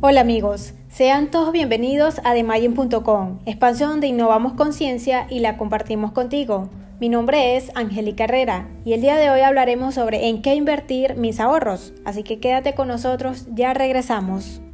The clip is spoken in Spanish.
Hola amigos, sean todos bienvenidos a TheMagin.com, espacio donde innovamos conciencia y la compartimos contigo. Mi nombre es Angélica Herrera y el día de hoy hablaremos sobre en qué invertir mis ahorros, así que quédate con nosotros, ya regresamos.